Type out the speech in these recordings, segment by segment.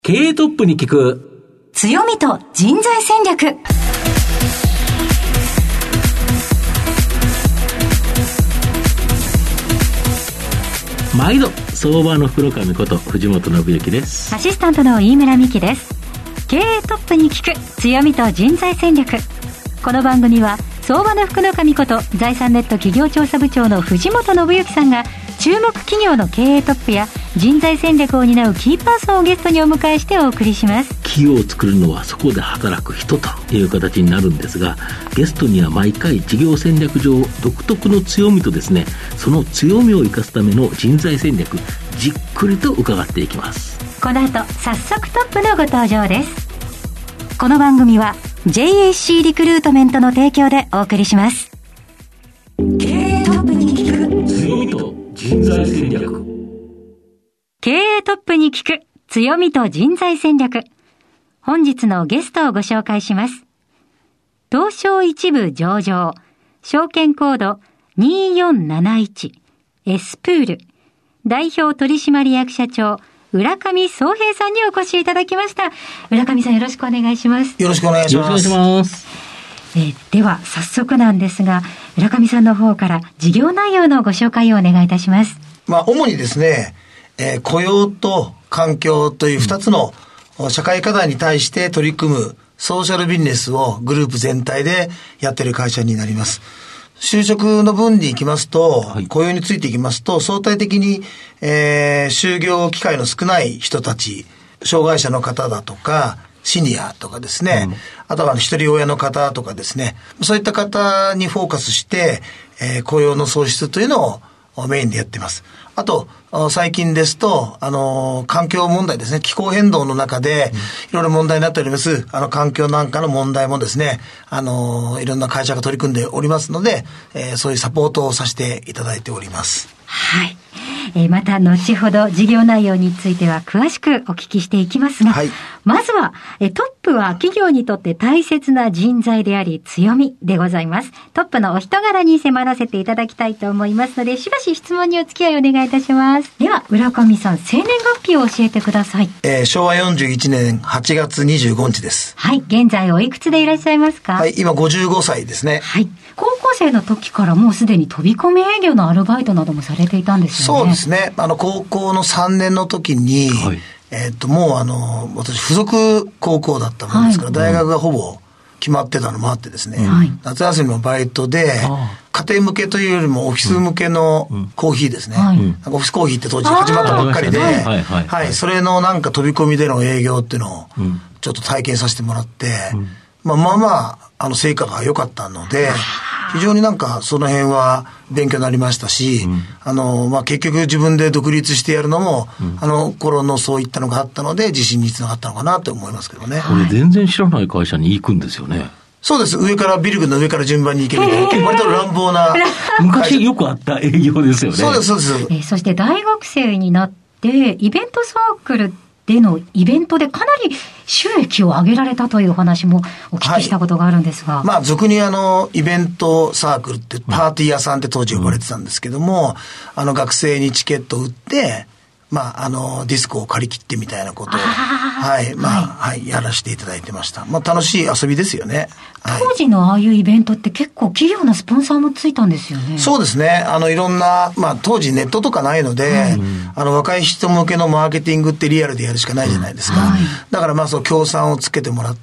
経営トップに聞く強みと人材戦略。 毎度相場の福の神こと藤本信之です。 アシスタントの飯村美希です。経営トップに聞く強みと人材戦略。この番組は相場の福の神こと財産ネット企業調査部長の藤本信之さんが注目企業の経営トップや人材戦略を担うキーパーソンをゲストにお迎えしてお送りします。 企業を作るのはそこで働く人という形になるんですが、ゲストには毎回事業戦略上独特の強みとですね、その強みを生かすための人材戦略、じっくりと伺っていきます。 この後早速トップのご登場です。この番組は JAC リクルートメントの提供でお送りします。経営トップに聞く強みと人材戦略。 経営トップに聞く強みと人材戦略。本日のゲストをご紹介します。東証一部上場、証券コード2471エスプール代表取締役社長浦上総平さんにお越しいただきました。浦上さん、よろしくお願いします。 よろしくお願いします。 よろしくお願いします。 では早速なんですが、浦上さんの方から事業内容のご紹介をお願いいたします。 主にですね、雇用と環境という2つの社会課題に対して取り組むソーシャルビジネスをグループ全体でやっている会社になります。就職の分に行きますと、雇用についていきますと、相対的に、就業機会の少ない人たち、障害者の方だとか、シニアとかですね、あとは一人親の方とかですね、そういった方にフォーカスして、雇用の創出というのをメインでやっています。あと、最近ですと、環境問題ですね、気候変動の中で、いろいろ問題になっております、環境なんかの問題もですね、いろんな会社が取り組んでおりますので、そういうサポートをさせていただいております。 はい。また後ほど事業内容については詳しくお聞きしていきますが、まずはトップは企業にとって大切な人材であり強みでございます。トップのお人柄に迫らせていただきたいと思いますので、しばし質問にお付き合いお願いいたします。では浦上さん、生年月日を教えてください。 昭和41年8月25日です。 はい。現在おいくつでいらっしゃいますか？ はい。今55歳ですね。 はい。高校生の時からもうすでに飛び込み営業のアルバイトなどもされていたんですよね。 そうですね。高校の3年の時に、もう私付属高校だったもんですから、大学がほぼ決まってたのもあってですね、夏休みのバイトで、家庭向けというよりもオフィス向けのコーヒーですね。オフィスコーヒーって当時始まったばっかりで、それのなんか飛び込みでの営業っていうのをちょっと体験させてもらって、成果が良かったので、非常になんかその辺は勉強になりましたし、結局自分で独立してやるのも、頃のそういったのがあったので自信につながったのかなと思いますけどね。 これ全然知らない会社に行くんですよね。 そうです。ビル群の上から順番に行けるみたいな、割と乱暴な昔よくあった営業ですよね。 そうですそうです。 そして大学生になってイベントサークルでのイベントでかなり収益を上げられたというお話もお聞きしたことがあるんですが、 俗にイベントサークルってパーティー屋さんって当時呼ばれてたんですけども、学生にチケットを売ってディスコを借り切ってみたいなことをやらせていただいてました。楽しい遊びですよね。 当時のああいうイベントって結構企業のスポンサーもついたんですよね。 そうですね。いろんな当時ネットとかないので、若い人向けのマーケティングってリアルでやるしかないじゃないですか。だからそう協賛をつけてもらって、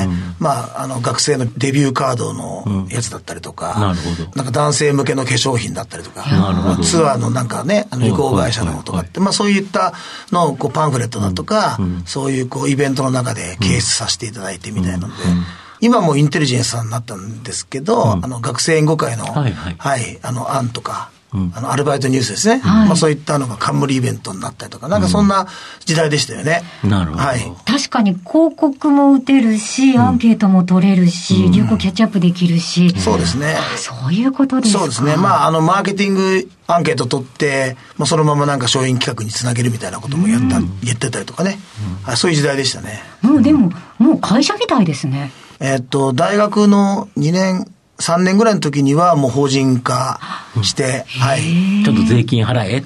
学生のデビューカードのやつだったりとか、なんか男性向けの化粧品だったりとか、ツアーのなんかね、旅行会社のとかって、そういういったのをパンフレットだとか、そういうイベントの中で掲出させていただいてみたいなので、今もインテリジェンスさんになったんですけど、学生援護会の、案とか、アルバイトニュースですね。そういったのが冠イベントになったりとか、なんかそんな時代でしたよね。 なるほど。 確かに広告も打てるし、アンケートも取れるし、流行キャッチアップできるし。 そうですね。 そういうことですか。 そうですね。マーケティングアンケート取って、そのままなんか商品企画につなげるみたいなこともやってたりとかね。そういう時代でしたね。 でもう会社みたいですね。 大学の2年、3年ぐらいの時にはもう法人化して、はい。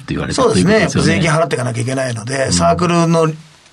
ちょっと税金払えって言われたそうですね。税金払っていかなきゃいけないので、サークルの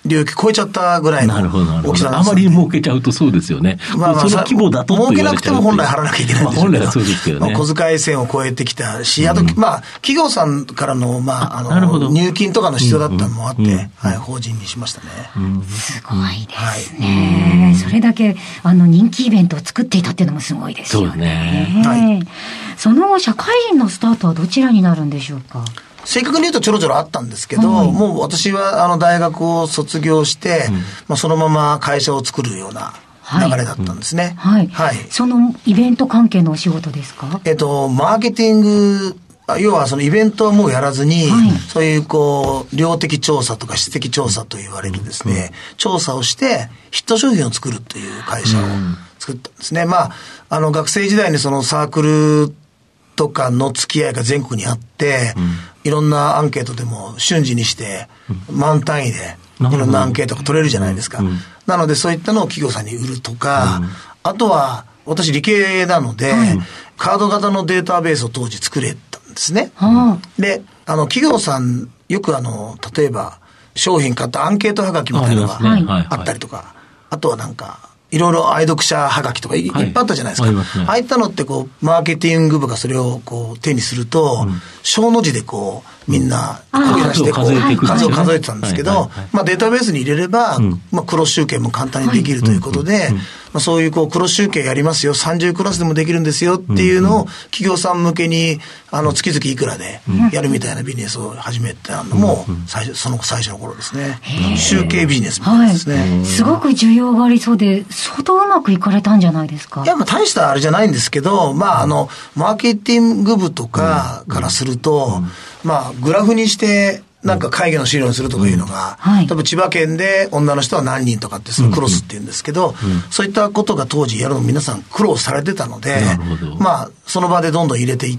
領域超えちゃったぐらいの大きさなんですよ、ね。 あまり儲けちゃうとそうですよね。その規模だと儲けなくても本来払わなきゃいけないんですよね。 本来はそうですけどね。 小遣い線を超えてきたし、あと、企業さんからの、入金とかの必要だったのもあって、法人にしましたね。 すごいですね。それだけ、人気イベントを作っていたっていうのもすごいですよね。そうね。はい。その後、社会人のスタートはどちらになるんでしょうか？ 正確に言うとちょろちょろあったんですけど、もう私は大学を卒業して、そのまま会社を作るような流れだったんですね。 はい。そのイベント関係のお仕事ですか？マーケティング、要はそのイベントはもうやらずに、そういう量的調査とか質的調査と言われるですね、調査をしてヒット商品を作るという会社を作ったんですね。学生時代にそのサークルとかの付き合いが全国にあって、いろんなアンケートでも瞬時にして満単位でいろんなアンケートが取れるじゃないですか。なのでそういったのを企業さんに売るとか、あとは私理系なので、カード型のデータベースを当時作れたんですね。で、企業さんよく例えば商品買ったアンケートはがきみたいなのがあったりとか、あとはなんかいろいろ愛読者はがきとかいっぱいあったじゃないですか。ああいったのってマーケティング部がそれを手にすると、小の字でみんな声出して数を数えてたんですけど、データベースに入れれば、クロス集計も簡単にできるということで、そういうクロス集計やりますよ、30クラスでもできるんですよっていうのを企業さん向けに月々いくらでやるみたいなビジネスを始めたのもその最初の頃ですね。集計ビジネスみたいなですね。 すごく需要がありそうで相当うまくいかれたんじゃないですか？ いや、大したあれじゃないんですけど、マーケティング部とかからすると、グラフにしてなんか会議の資料にするとかいうのが、例えば千葉県で女の人は何人とかってそのクロスって言うんですけど、そういったことが当時やるの皆さん苦労されてたので、その場でどんどん入れていって、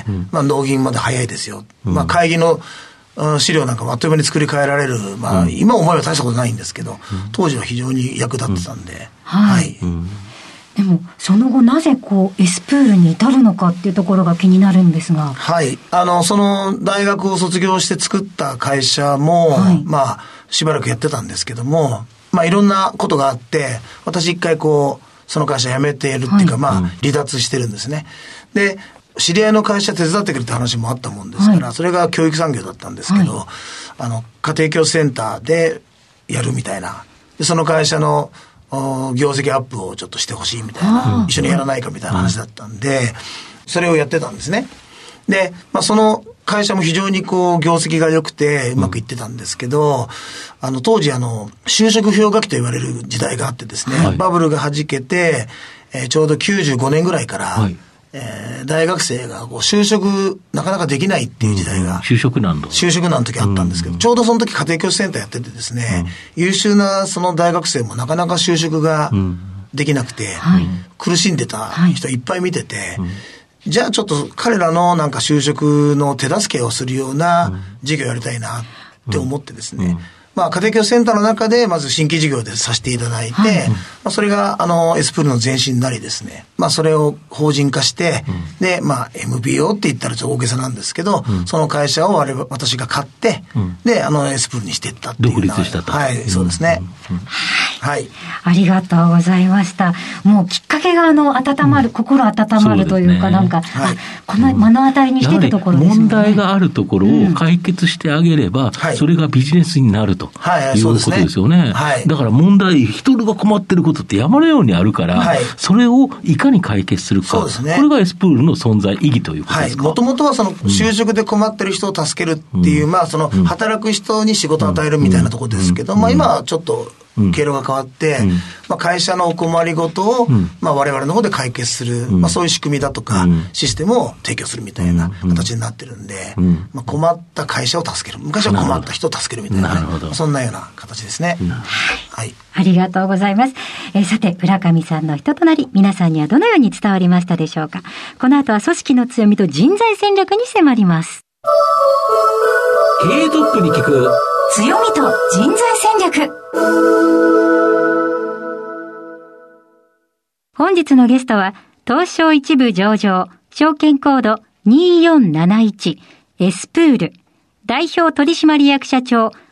納品まで早いですよ。会議の資料なんかもあっという間に作り変えられる、今思えば大したことないんですけど、当時は非常に役立ってたんで、 でもその後なぜエスプールに至るのかっていうところが気になるんですが、 その大学を卒業して作った会社も、しばらくやってたんですけども、いろんなことがあって私一回その会社辞めているっていうか、離脱してるんですね。で、知り合いの会社手伝ってくれって話もあったもんですから、それが教育産業だったんですけど、家庭教師センターでやるみたいな、でその会社の業績アップをちょっとしてほしいみたいな、一緒にやらないかみたいな話だったんで、それをやってたんですね。で、その会社も非常に業績が良くてうまくいってたんですけど、当時就職氷河期と言われる時代があってですね、バブルが弾けて、ちょうど95年ぐらいから、大学生が就職なかなかできないっていう時代が、 就職難の時あったんですけど、ちょうどその時家庭教師センターやっててですね、優秀なその大学生もなかなか就職ができなくて、苦しんでた人いっぱい見てて、じゃあちょっと彼らのなんか就職の手助けをするような授業やりたいなって思ってですね、家庭教師センターの中でまず新規事業でさせていただいて、それがエスプールの前身になりですね、それを法人化して、で、MBO って言ったらちょっと大げさなんですけど、その会社を私が買って、で、エスプールにしていったっていう。 独立したと。 そうですね。 ありがとうございました。もうきっかけが温まる、心温まるというか、なんか、この目の当たりにしてたところですね。 問題があるところを解決してあげれば、それがビジネスになるということですよね。だから問題、人が困ってることって山のようにあるから、それをいかに解決するか、これがエスプールの存在意義ということですか。 もともとはその就職で困ってる人を助けるっていう、その働く人に仕事を与えるみたいなところですけど、今はちょっと経路が変わって、会社のお困りごとを、我々の方で解決する、そういう仕組みだとか、システムを提供するみたいな形になってるんで、困った会社を助ける、昔は困った人を助けるみたいな、そんなような形ですね。 ありがとうございます。さて、浦上さんの人となり、皆さんにはどのように伝わりましたでしょうか。この後は組織の強みと人材戦略に迫ります。 経営トップに聞く強みと人材戦略。本日のゲストは東証一部上場証券コード2471エスプール代表取締役社長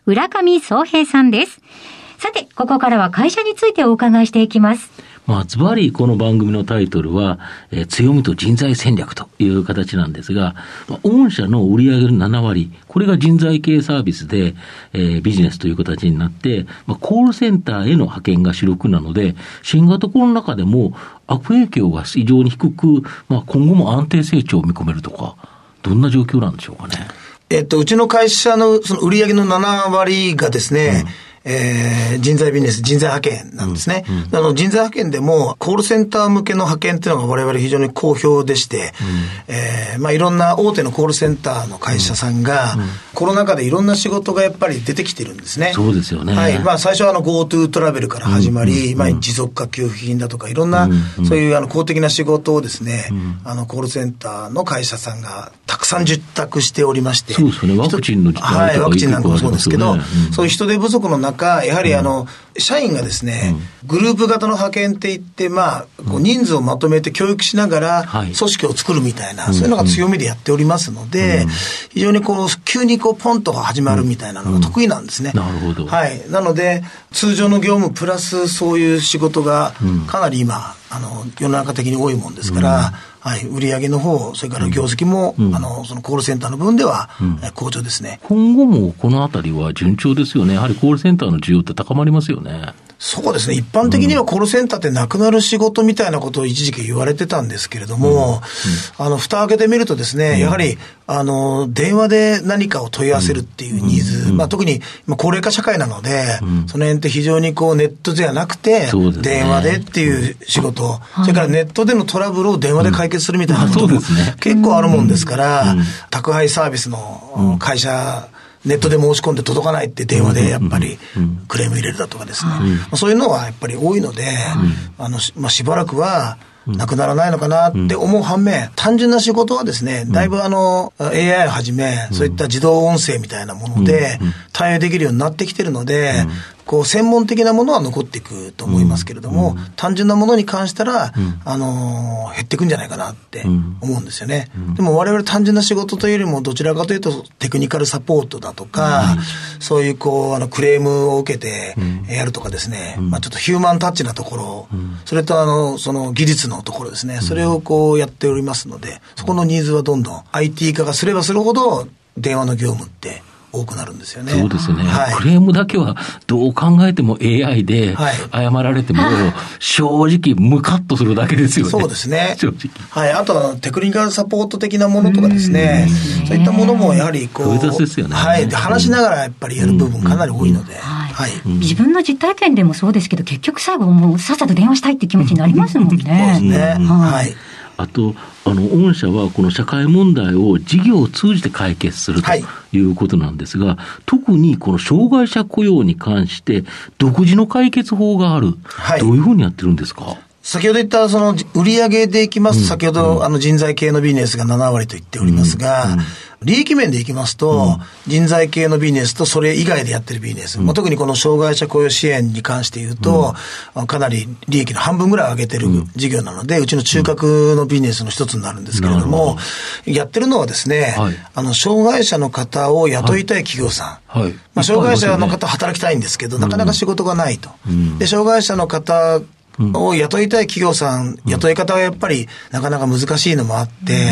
浦上総平さんです。さて、ここからは会社についてお伺いしていきます。 ズバリこの番組のタイトルは、強みと人材戦略という形なんですが、御社の売上の7割、これが人材系サービスで、ビジネスという形になって、コールセンターへの派遣が主力なので、新型コロナ禍でも悪影響が非常に低く、今後も安定成長を見込めるとか、どんな状況なんでしょうかね。 うちの会社のその売上の7割がですね、人材ビジネス、人材派遣なんですね。人材派遣でもコールセンター向けの派遣っていうのが我々非常に好評でして、いろんな大手のコールセンターの会社さんが、コロナ禍でいろんな仕事がやっぱり出てきてるんですね。 そうですよね。 はい。最初はGoTo トラベルから始まり、持続化給付金だとかいろんな、そういう公的な仕事をですね、コールセンターの会社さんがたくさん受託しておりまして。 そうですよね。ワクチンの時代とか、 はい、ワクチンなんかもそうですけど、そういう人手不足の中、やはり社員がですね、グループ型の派遣っていって、人数をまとめて教育しながら、組織を作るみたいな、そういうのが強みでやっておりますので、非常に急にポンと始まるみたいなのが得意なんですね。 なるほど。 はい。なので、通常の業務プラスそういう仕事が、かなり今、世の中的に多いもんですから、はい、売上の方、それから業績も、そのコールセンターの分では、好調ですね。 今後もこのあたりは順調ですよね。やはりコールセンターの需要って高まりますよね。 そうですね。一般的にはコールセンターってなくなる仕事みたいなことを一時期言われてたんですけれども、蓋を開けてみるとですね、やはり、電話で何かを問い合わせるっていうニーズ、特に高齢化社会なので、その辺って非常にネットではなくて、電話でっていう仕事、それからネットでのトラブルを電話で解決するみたいなことも結構あるもんですから、宅配サービスの会社、ネットで申し込んで届かないって電話でやっぱりクレーム入れるだとかですね、そういうのはやっぱり多いので、しばらくはなくならないのかなって思う反面、単純な仕事はですね、だいぶAI をはじめ、そういった自動音声みたいなもので対応できるようになってきてるので、専門的なものは残っていくと思いますけれども、単純なものに関したら、減っていくんじゃないかなって思うんですよね。でも我々単純な仕事というよりも、どちらかというとテクニカルサポートだとか、そういうクレームを受けてやるとかですね、ちょっとヒューマンタッチなところ、それとその技術のところですね、それをやっておりますので、そこのニーズはどんどん IT 化がすればするほど電話の業務って多くなるんですよね。 そうですね。クレームだけはどう考えても AI で謝られても正直ムカッとするだけですよね。 そうですね。正直。はい。あとはテクニカルサポート的なものとかですね。そういったものもやはり複雑ですよね。 はい。話しながらやっぱりやる部分かなり多いので。はい。 自分の実体験でもそうですけど、結局最後もうさっさと電話したいって気持ちになりますもんね。 そうですね。はい。 あと、御社はこの社会問題を事業を通じて解決するということなんですが、特にこの障害者雇用に関して独自の解決法がある。どういうふうにやってるんですか？ 先ほど言ったその売上でいきますと、先ほど人材系のビジネスが7割と言っておりますが、利益面でいきますと、人材系のビジネスとそれ以外でやってるビジネス、特にこの障害者雇用支援に関して言うと、かなり利益の半分ぐらい上げてる事業なので、うちの中核のビジネスの一つになるんですけれども、やってるのはですね、障害者の方を雇いたい企業さん、障害者の方働きたいんですけど、なかなか仕事がないと。で、障害者の方を雇いたい企業さん、雇い方がやっぱりなかなか難しいのもあって、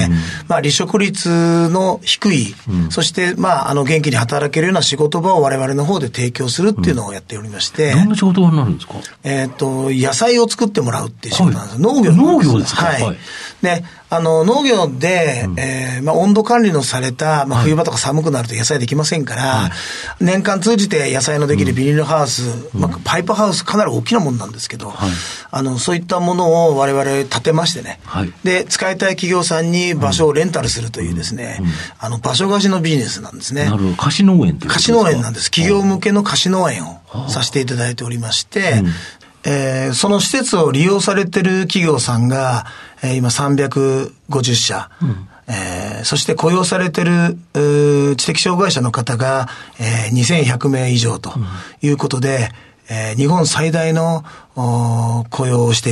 離職率の低い、そして、元気に働けるような仕事場を我々の方で提供するっていうのをやっておりまして。 どんな仕事場になるんですか？ 野菜を作ってもらうっていう仕事なんです。農業ですか？はい。で、農業で、温度管理のされた、冬場とか寒くなると野菜できませんから、年間通じて野菜のできるビニールハウス、パイプハウスかなり大きなものなんですけど、そういったものを我々建てましてね、で、使いたい企業さんに場所をレンタルするというですね、場所貸しのビジネスなんですね。 なるほど。貸し農園ということですか？貸し農園なんです。企業向けの貸し農園をさせていただいておりまして、その施設を利用されている企業さんが、今350社、そして雇用されている知的障害者の方が、2100名以上ということで、日本最大の雇用をしている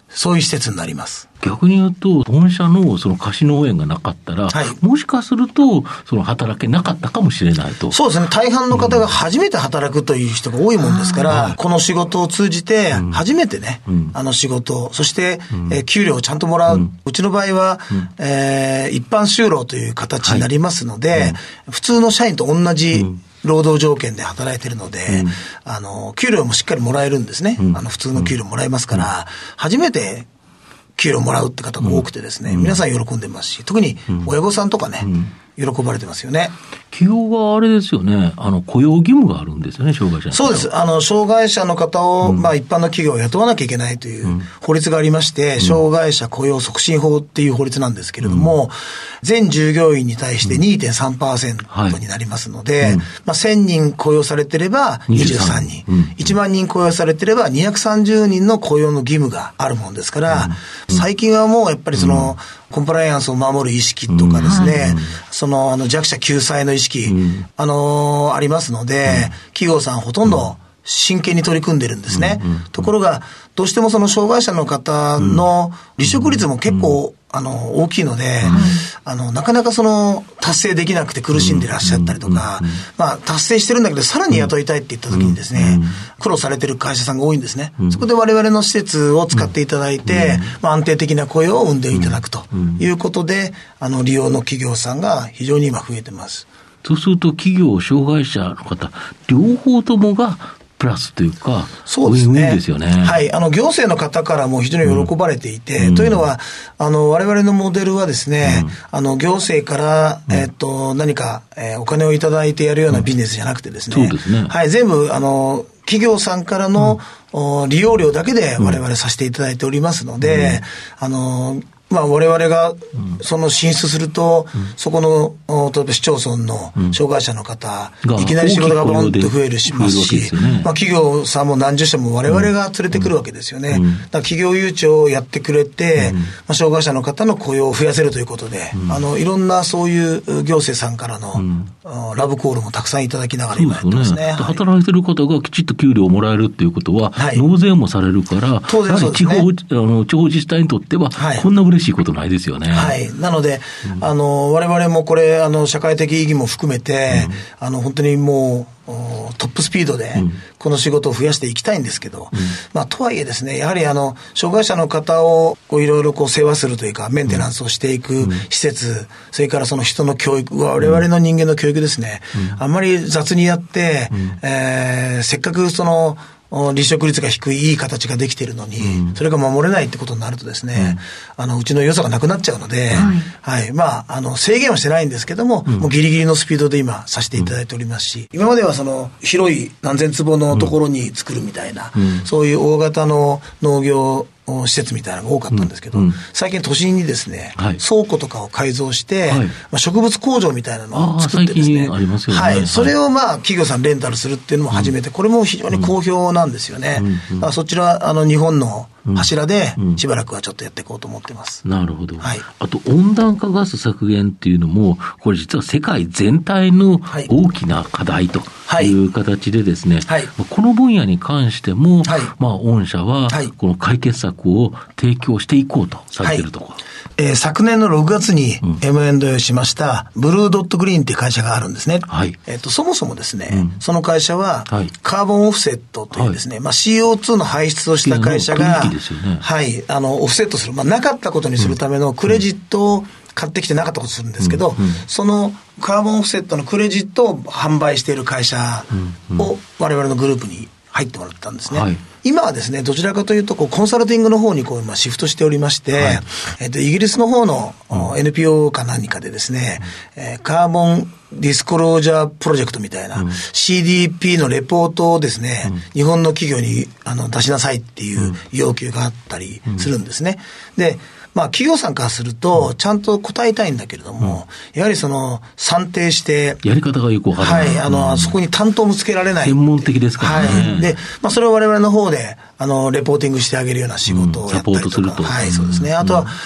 そういう施設になります。 逆に言うと、御社のその貸し農園がなかったら、もしかすると、その働けなかったかもしれないと。 そうですね。大半の方が初めて働くという人が多いもんですから、この仕事を通じて、初めてね、仕事、そして、給料をちゃんともらう。うちの場合は、一般就労という形になりますので、普通の社員と同じ、労働条件で働いているので、給料もしっかりもらえるんですね。普通の給料もらえますから、初めて給料もらうって方が多くてですね、皆さん喜んでますし、特に親御さんとかね、喜ばれてますよね。 企業はあれですよね、雇用義務があるんですよね、障害者の方。 そうです。障害者の方を、一般の企業を雇わなきゃいけないという法律がありまして、障害者雇用促進法っていう法律なんですけれども、全従業員に対して 2.3% になりますので、1000人雇用されてれば23人、1万人雇用されてれば230人の雇用の義務があるもんですから、最近はもうやっぱりその、コンプライアンスを守る意識とかですね、弱者救済の意識、ありますので、企業さんほとんど真剣に取り組んでるんですね。ところが、どうしてもその障害者の方の離職率も結構、大きいので、なかなか達成できなくて苦しんでいらっしゃったりとか、達成してるんだけど、さらに雇いたいって言った時にですね、苦労されてる会社さんが多いんですね。そこで我々の施設を使っていただいて、安定的な雇用を生んでいただくということで、利用の企業さんが非常に今増えてます。 そうすると、企業、障害者の方、両方ともが、プラスというか、 そうですね。 ですよね。 はい。行政の方からも非常に喜ばれていて、というのは、我々のモデルはですね、行政から、何か、お金をいただいてやるようなビジネスじゃなくてですね。 そうですね。 はい。全部、企業さんからの、利用料だけで我々させていただいておりますので、我々が進出すると、そこの例えば市町村の障害者の方、いきなり仕事がボンと増えるしますし、企業さんも何十社も我々が連れてくるわけですよね。だから企業誘致をやってくれて、障害者の方の雇用を増やせるということで、いろんなそういう行政さんからのラブコールもたくさんいただきながら今やってますね。 働いてる方がきちっと給料をもらえるっていうことは、納税もされるから、 当然そうですね。 地方自治体にとっては、こんな嬉しいことないですよね。 はい。なので、我々もこれ、社会的意義も含めて、本当にもう、トップスピードで、この仕事を増やしていきたいんですけど、とはいえですね、やはり障害者の方を、いろいろ世話するというか、メンテナンスをしていく施設、それからその人の教育、我々の人間の教育ですね、あんまり雑にやって、せっかく離職率が低いいい形ができているのに、それが守れないってことになるとですね、うちの良さがなくなっちゃうので、はい。制限はしてないんですけども、もうギリギリのスピードで今させていただいておりますし、今までは広い何千坪のところに作るみたいな、そういう大型の農業施設みたいなのが多かったんですけど、最近都心にですね、倉庫とかを改造して、植物工場みたいなのを作ってですね、 ありますよね。 はい。それを企業さんレンタルするっていうのも始めて、これも非常に好評なんですよね。そちら、日本の柱でしばらくはちょっとやっていこうと思ってます。 なるほど。はい。あと、温暖化ガス削減っていうのも、これ実は世界全体の大きな課題という形でですね、この分野に関しても、御社はこの解決策を提供していこうとされているところ。 昨年の6月に M&A をしましたブルードットグリーンっていう会社があるんですね。そもそもですね、その会社はカーボンオフセットというですね、CO2 の排出をした会社が、オフセットする、なかったことにするためのクレジットを買ってきてなかったことするんですけど、そのカーボンオフセットのクレジットを販売している会社を我々のグループに入ってもらったんですね。今はですね、どちらかというとコンサルティングの方に今シフトしておりまして、イギリスの方の NPO か何かでですね、カーボンディスクロージャープロジェクトみたいな CDP のレポートをですね、日本の企業に出しなさいっていう要求があったりするんですね。で、企業さんからすると、ちゃんと答えたいんだけれども、やはり算定して、 やり方がよくわからない。 そこに担当もつけられない。 専門的ですからね。 で、それを我々の方で、レポーティングしてあげるような仕事をやったりとか。 サポートすると。 そうですね。あとは、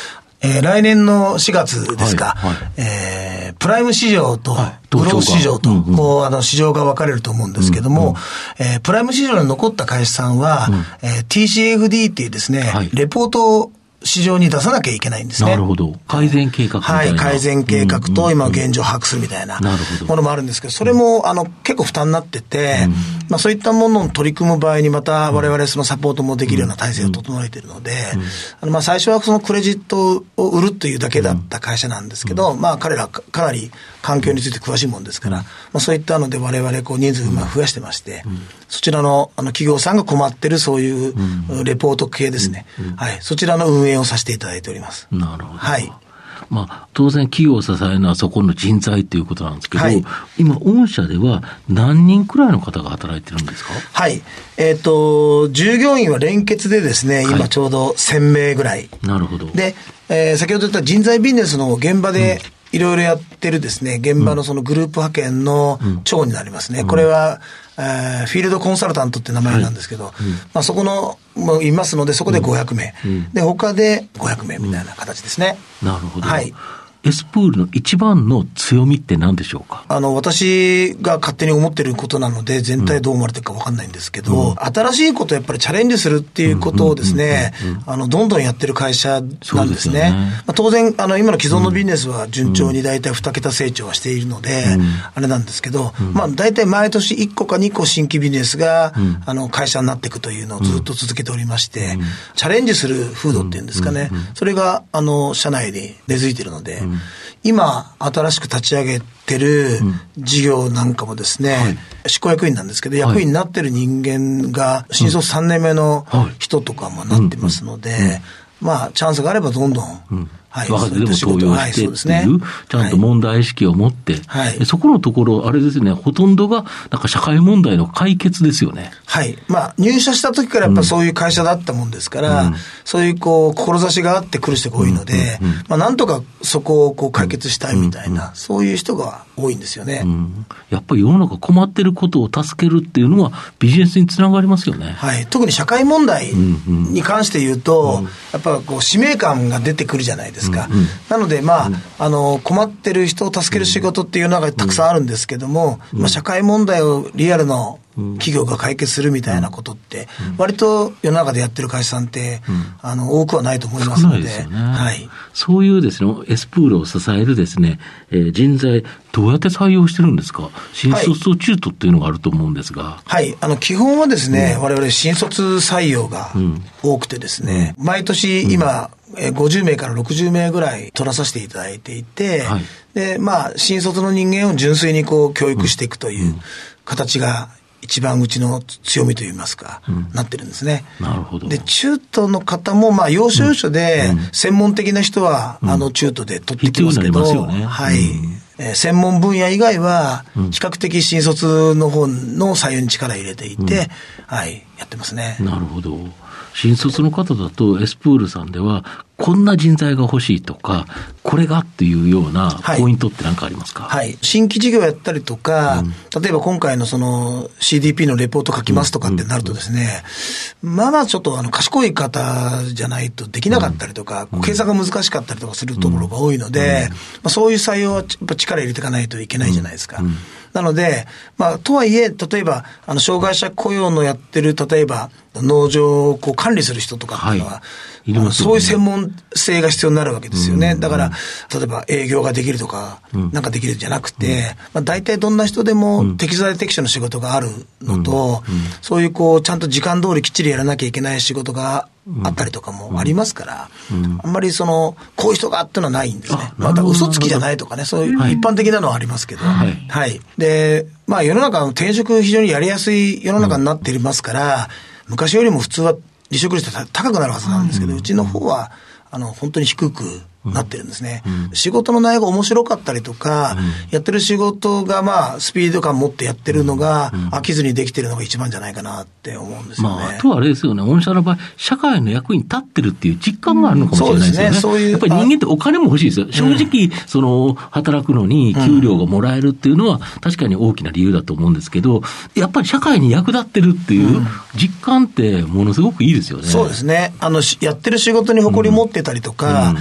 来年の4月ですか、プライム市場とグロース市場と、こう、市場が分かれると思うんですけども、プライム市場に残った会社さんは、TCFD っていうですね、レポートを市場に出さなきゃいけないんですね。 なるほど。改善計画みたいな。 改善計画と今の現状を把握するみたいなものもあるんですけど、それも結構負担になってて、そういったものを取り組む場合にまた我々そのサポートもできるような体制を整えているので、最初はそのクレジットを売るというだけだった会社なんですけど、彼らかなり環境について詳しいもんですから、そういったので我々こう人数を増やしてまして、そちらの企業さんが困ってるそういうレポート系ですね。そちらの運営をさせていただいております。 なるほど。当然企業を支えるのはそこの人材ということなんですけど、今御社では何人くらいの方が働いてるんですか？ 従業員は連結でですね、今ちょうど1000名ぐらい。 なるほど。 で、先ほど言った人材ビジネスの現場でいろいろやってるですね、現場のそのグループ派遣の長になりますね。これは、フィールドコンサルタントって名前なんですけど、そこの、いますので、そこで500名。で、他で500名みたいな形ですね。 なるほど。エスプールの一番の強みって何でしょうか？ 私が勝手に思ってることなので、全体どう思われてるか分かんないんですけど、新しいことをやっぱりチャレンジするっていうことをですね、どんどんやってる会社なんですね。当然、今の既存のビジネスは順調に大体2桁成長はしているので、あれなんですけど、大体毎年1個か2個新規ビジネスが、会社になっていくというのをずっと続けておりまして、チャレンジする風土っていうんですかね、それが、社内に根付いているので、今新しく立ち上げてる事業なんかもですね、執行役員なんですけど、役員になってる人間が新卒3年目の人とかもなってますので、チャンスがあればどんどん、 若手でも登用してっていう、ちゃんと問題意識を持って、そこのところ、あれですね、ほとんどがなんか社会問題の解決ですよね。 入社した時からやっぱそういう会社だったもんですから、そういう志があって来る人が多いので、なんとかそこを解決したいみたいな、そういう人が多いんですよね。 やっぱり世の中困ってることを助けるっていうのはビジネスにつながりますよね。 特に社会問題に関して言うと、やっぱ使命感が出てくるじゃないですか。なので困ってる人を助ける仕事っていうのがたくさんあるんですけども、社会問題をリアルの企業が解決するみたいなことって割と世の中でやってる会社さんって多くはないと思いますので、 そういうですね、エスプールを支えるですね、人材どうやって採用してるんですか？新卒と中途っていうのがあると思うんですが、 基本はですね、我々新卒採用が多くてですね、毎年今50名から60名ぐらい取らさせていただいていて、で新卒の人間を純粋に教育していくという形が一番うちの強みといいますか、なってるんですね。 なるほど。 で、中途の方も要所要所で専門的な人は中途で取ってきますけど、専門分野以外は比較的新卒の方の採用に力入れていて、やってますね。 なるほど。新卒の方だとエスプールさんではこんな人材が欲しいとか、これがっていうようなポイントって何かありますか？ 新規事業やったりとか、例えば今回のその CDP のレポート書きますとかってなるとですね、ちょっと賢い方じゃないとできなかったりとか、計算が難しかったりとかするところが多いので、そういう採用はやっぱ力入れていかないといけないじゃないですか。なので、とはいえ、例えば、障害者雇用のやってる、例えば、農場を管理する人とかっていうのは、そういう専門性が必要になるわけですよね。だから、例えば営業ができるとか、なんかできるんじゃなくて、大体どんな人でも適材適所の仕事があるのと、そういうちゃんと時間通りきっちりやらなきゃいけない仕事があったりとかもありますから、あんまりこういう人がっていうのはないんですね。嘘つきじゃないとかね、そういう一般的なのはありますけど。で、世の中の転職非常にやりやすい世の中になっていますから、昔よりも普通は離職率って高くなるはずなんですけど、うちの方は本当に低くなってるんですね。仕事の内容が面白かったりとか、やってる仕事がスピード感持ってやってるのが飽きずにできてるのが一番じゃないかなって思うんですよね。 あとはあれですよね、御社の場合社会の役に立ってるっていう実感があるのかもしれないですよね。そうですね。やっぱり人間ってお金も欲しいですよ。正直働くのに給料がもらえるっていうのは確かに大きな理由だと思うんですけど、やっぱり社会に役立ってるっていう実感ってものすごくいいですよね。 そうですね。やってる仕事に誇り持ってたりとか、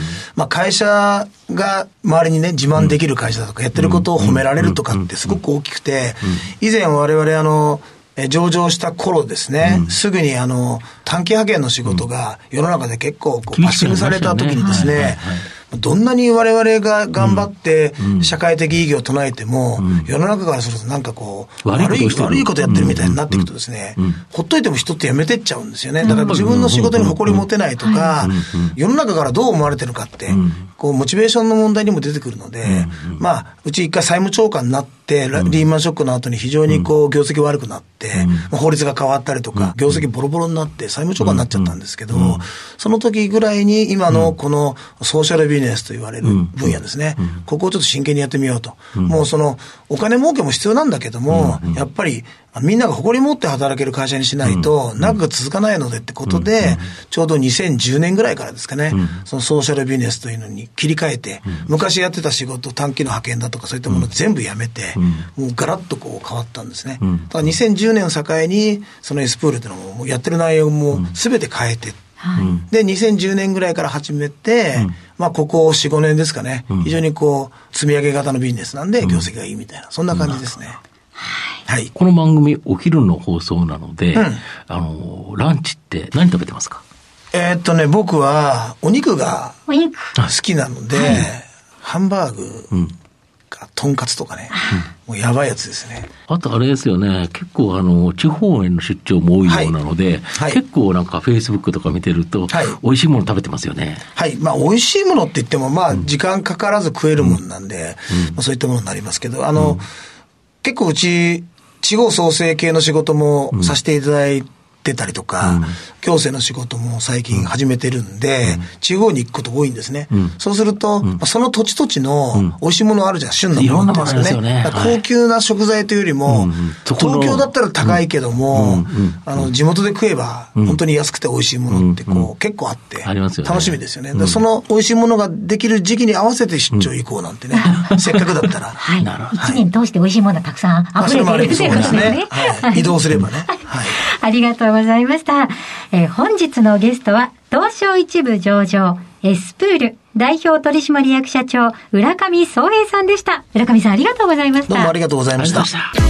会社が周りにね、自慢できる会社だとか、やってることを褒められるとかってすごく大きくて、以前我々上場した頃ですね、すぐに短期派遣の仕事が世の中で結構パッシングされた時にですね、どんなに我々が頑張って社会的意義を唱えても、世の中からするとなんか悪いことやってるみたいになっていくとですね、ほっといても人ってやめてっちゃうんですよね。だから自分の仕事に誇り持てないとか、世の中からどう思われてるかって、モチベーションの問題にも出てくるので、うち一回債務超過になって、リーマンショックの後に非常に業績悪くなって、法律が変わったりとか、業績ボロボロになって債務超過になっちゃったんですけど、その時ぐらいに今のこのソーシャルビジネスと言われる分野ですね、ここをちょっと真剣にやってみようと。もうお金儲けも必要なんだけども、やっぱりみんなが誇り持って働ける会社にしないと長く続かないのでってことで、ちょうど2010年ぐらいからですかね、そのソーシャルビジネスというのに切り替えて、昔やってた仕事、短期の派遣だとかそういったものを全部やめて、もうガラッと変わったんですね。だから2010年を境にそのエスプールというのもやってる内容も全て変えて、で2010年ぐらいから始めて、ここ 4,5 年ですかね、非常に積み上げ型のビジネスなんで業績がいいみたいな、そんな感じですね。はい、 この番組お昼の放送なので、ランチって何食べてますか？ 僕はお肉が好きなので、ハンバーグかとんかつとかね、もうやばいやつですね。 あとあれですよね、結構地方への出張も多いようなので、結構なんかフェイスブックとか見てると、美味しいもの食べてますよね。 はい。美味しいものって言っても、時間かからず食えるもんなんで、そういったものになりますけど、結構うち、地方創生系の仕事もさせていただいてたりとか、行政の仕事も最近始めてるんで、地方に行くこと多いんですね。そうすると、その土地土地の美味しいものあるじゃん、旬なものってですよね。高級な食材というよりも、東京だったら高いけども、地元で食えば本当に安くて美味しいものって結構あって、楽しみですよね。その美味しいものができる時期に合わせて出張行こうなんてね、せっかくだったら。 1年通して美味しいものがたくさん溢れているということですね。 移動すればね。 ありがとうございました。本日のゲストは東証一部上場エスプール代表取締役社長浦上総平さんでした。浦上さんありがとうございました。 どうもありがとうございました。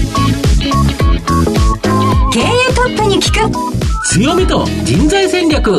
経営トップに聞く強みと人材戦略。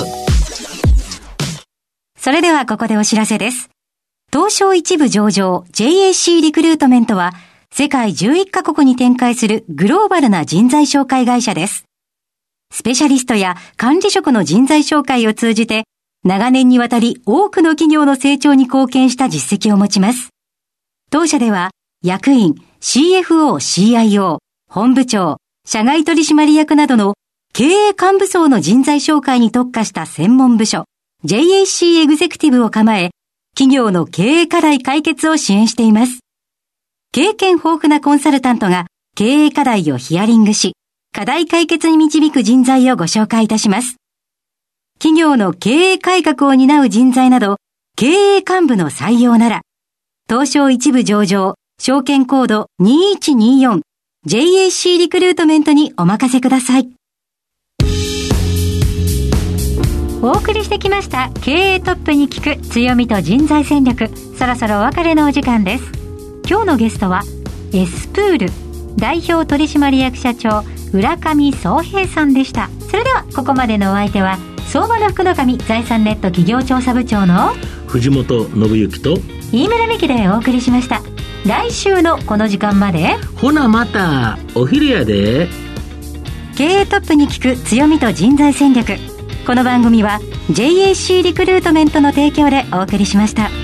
それではここでお知らせです。東証一部上場 JAC リクルートメントは世界11カ国に展開するグローバルな人材紹介会社です。スペシャリストや管理職の人材紹介を通じて、長年にわたり多くの企業の成長に貢献した実績を持ちます。当社では、役員、CFO、CIO、本部長、社外取締役などの経営幹部層の人材紹介に特化した専門部署、JAC エグゼクティブを構え、企業の経営課題解決を支援しています。経験豊富なコンサルタントが経営課題をヒアリングし、課題解決に導く人材をご紹介いたします。企業の経営改革を担う人材など、経営幹部の採用なら、東証一部上場、証券コード2124、JAC リクルートメントにお任せください。お送りしてきました経営トップに聞く強みと人材戦略。そろそろお別れのお時間です。今日のゲストはエスプール代表取締役社長浦上総平さんでした。それではここまでのお相手は相場の福の神財産ネット企業調査部長の藤本信之と飯村美希でお送りしました。来週のこの時間までほなまたお昼やで。 経営トップに聞く強みと人材戦略。この番組は JAC リクルートメントの提供でお送りしました。